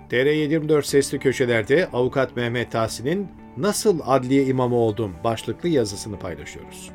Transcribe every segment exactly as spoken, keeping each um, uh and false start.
T R yedi yirmi dört Sesli Köşeler'de Avukat Mehmet Tahsin'in "Nasıl adliye imamı oldum?" başlıklı yazısını paylaşıyoruz.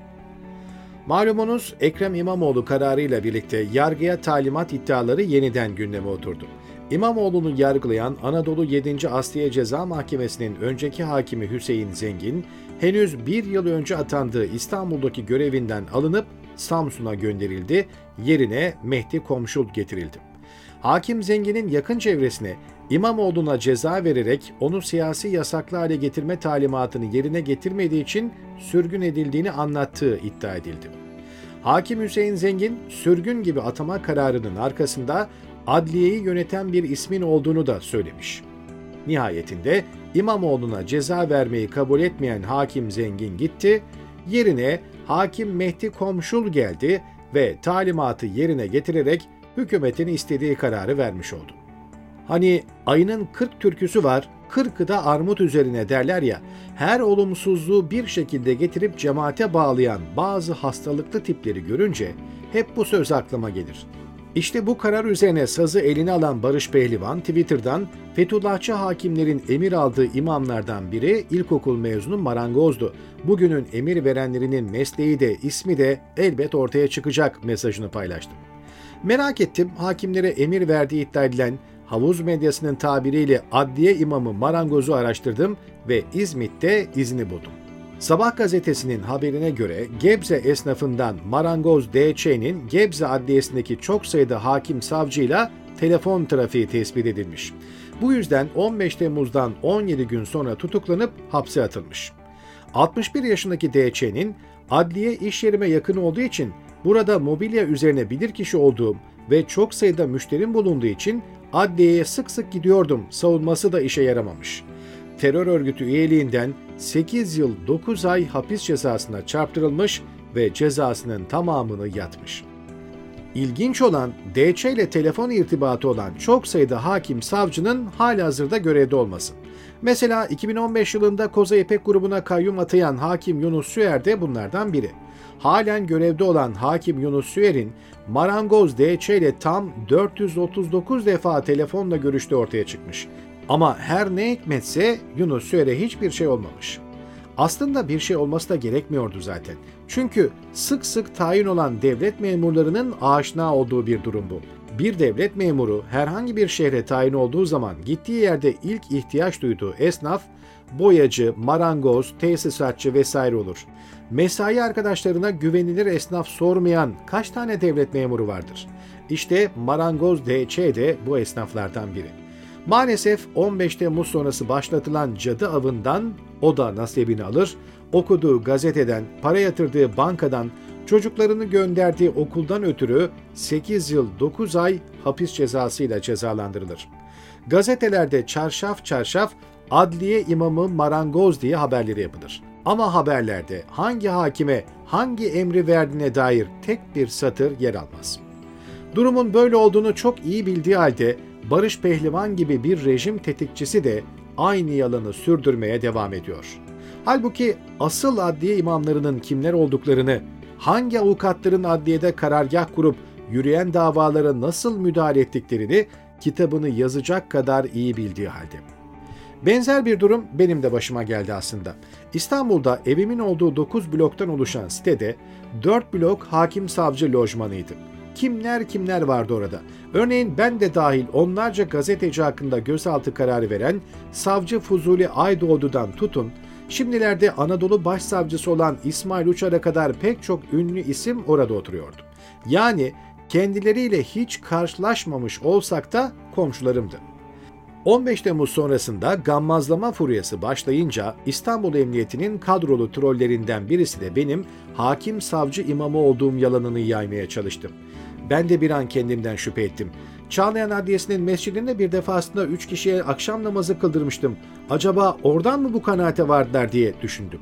Malumunuz Ekrem İmamoğlu kararıyla birlikte yargıya talimat iddiaları yeniden gündeme oturdu. İmamoğlu'nu yargılayan Anadolu yedinci Asliye Ceza Mahkemesi'nin önceki hakimi Hüseyin Zengin, henüz bir yıl önce atandığı İstanbul'daki görevinden alınıp Samsun'a gönderildi, yerine Mehdi Komşul getirildi. Hakim Zengin'in yakın çevresine İmamoğlu'na ceza vererek onu siyasi yasaklı hale getirme talimatını yerine getirmediği için sürgün edildiğini anlattığı iddia edildi. Hakim Hüseyin Zengin, sürgün gibi atama kararının arkasında adliyeyi yöneten bir ismin olduğunu da söylemiş. Nihayetinde İmamoğlu'na ceza vermeyi kabul etmeyen Hakim Zengin gitti, yerine Hakim Mehdi Komşul geldi ve talimatı yerine getirerek hükümetin istediği kararı vermiş oldu. Hani ayının kırk türküsü var, kırkı da armut üzerine derler ya, her olumsuzluğu bir şekilde getirip cemaate bağlayan bazı hastalıklı tipleri görünce hep bu söz aklıma gelir. İşte bu karar üzerine sazı eline alan Barış Pehlivan Twitter'dan Fethullahçı hakimlerin emir aldığı imamlardan biri ilkokul mezunu marangozdu. Bugünün emir verenlerinin mesleği de ismi de elbet ortaya çıkacak mesajını paylaştı. Merak ettim, hakimlere emir verdiği iddia edilen havuz medyasının tabiriyle adliye imamı marangozu araştırdım ve İzmit'te izini buldum. Sabah gazetesinin haberine göre Gebze esnafından Marangoz D Ç'nin Gebze Adliyesi'ndeki çok sayıda hakim savcıyla telefon trafiği tespit edilmiş. Bu yüzden on beş Temmuz'dan on yedi gün sonra tutuklanıp hapse atılmış. altmış bir yaşındaki D Ç'nin adliye iş yerime yakın olduğu için burada mobilya üzerine bilirkişi olduğum ve çok sayıda müşterim bulunduğu için adliyeye sık sık gidiyordum savunması da işe yaramamış. Terör örgütü üyeliğinden sekiz yıl dokuz ay hapis cezasına çarptırılmış ve cezasının tamamını yatmış. İlginç olan D Ç ile telefon irtibatı olan çok sayıda hakim savcının halihazırda görevde olması. Mesela iki bin on beş yılında Koza İpek grubuna kayyum atayan hakim Yunus Süer de bunlardan biri. Halen görevde olan hakim Yunus Süer'in marangoz D Ç ile tam dört yüz otuz dokuz defa telefonla görüştüğü ortaya çıkmış. Ama her ne hikmetse Yunus Süer'e hiçbir şey olmamış. Aslında bir şey olması da gerekmiyordu zaten. Çünkü sık sık tayin olan devlet memurlarının aşina olduğu bir durum bu. Bir devlet memuru herhangi bir şehre tayin olduğu zaman gittiği yerde ilk ihtiyaç duyduğu esnaf, boyacı, marangoz, tesisatçı vesaire olur. Mesai arkadaşlarına güvenilir esnaf sormayan kaç tane devlet memuru vardır? İşte marangoz D Ç de bu esnaflardan biri. Maalesef on beş Temmuz sonrası başlatılan cadı avından o da nasibini alır, okuduğu gazeteden, para yatırdığı bankadan, çocuklarını gönderdiği okuldan ötürü sekiz yıl dokuz ay hapis cezasıyla cezalandırılır. Gazetelerde çarşaf çarşaf adliye imamı marangoz diye haberleri yapılır. Ama haberlerde hangi hakime hangi emri verdiğine dair tek bir satır yer almaz. Durumun böyle olduğunu çok iyi bildiği halde Barış Pehlivan gibi bir rejim tetikçisi de aynı yalanı sürdürmeye devam ediyor. Halbuki asıl adliye imamlarının kimler olduklarını, hangi avukatların adliyede karargah kurup yürüyen davalara nasıl müdahale ettiklerini kitabını yazacak kadar iyi bildiği halde. Benzer bir durum benim de başıma geldi aslında. İstanbul'da evimin olduğu dokuz bloktan oluşan sitede dört blok hakim savcı lojmanıydı. Kimler kimler vardı orada. Örneğin ben de dahil onlarca gazeteci hakkında gözaltı kararı veren savcı Fuzuli Aydoğdu'dan tutun, şimdilerde Anadolu Başsavcısı olan İsmail Uçar'a kadar pek çok ünlü isim orada oturuyordu. Yani kendileriyle hiç karşılaşmamış olsak da komşularımdı. on beş Temmuz sonrasında gammazlama furyası başlayınca İstanbul Emniyeti'nin kadrolu trollerinden birisi de benim hakim savcı imamı olduğum yalanını yaymaya çalıştım. Ben de bir an kendimden şüphe ettim. Çağlayan Adliyesi'nin mescidinde bir defasında üç kişiye akşam namazı kıldırmıştım. Acaba oradan mı bu kanaate vardılar diye düşündüm.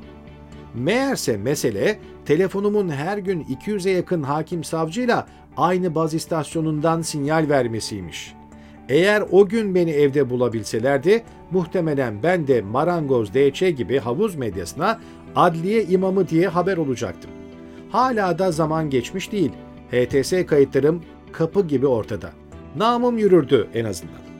Meğerse mesele telefonumun her gün iki yüze yakın hakim savcıyla aynı baz istasyonundan sinyal vermesiymiş. Eğer o gün beni evde bulabilselerdi, muhtemelen ben de marangoz D Ç gibi havuz medyasına adliye imamı diye haber olacaktım. Hala da zaman geçmiş değil. H T S kayıtlarım kapı gibi ortada. Namım yürürdü en azından.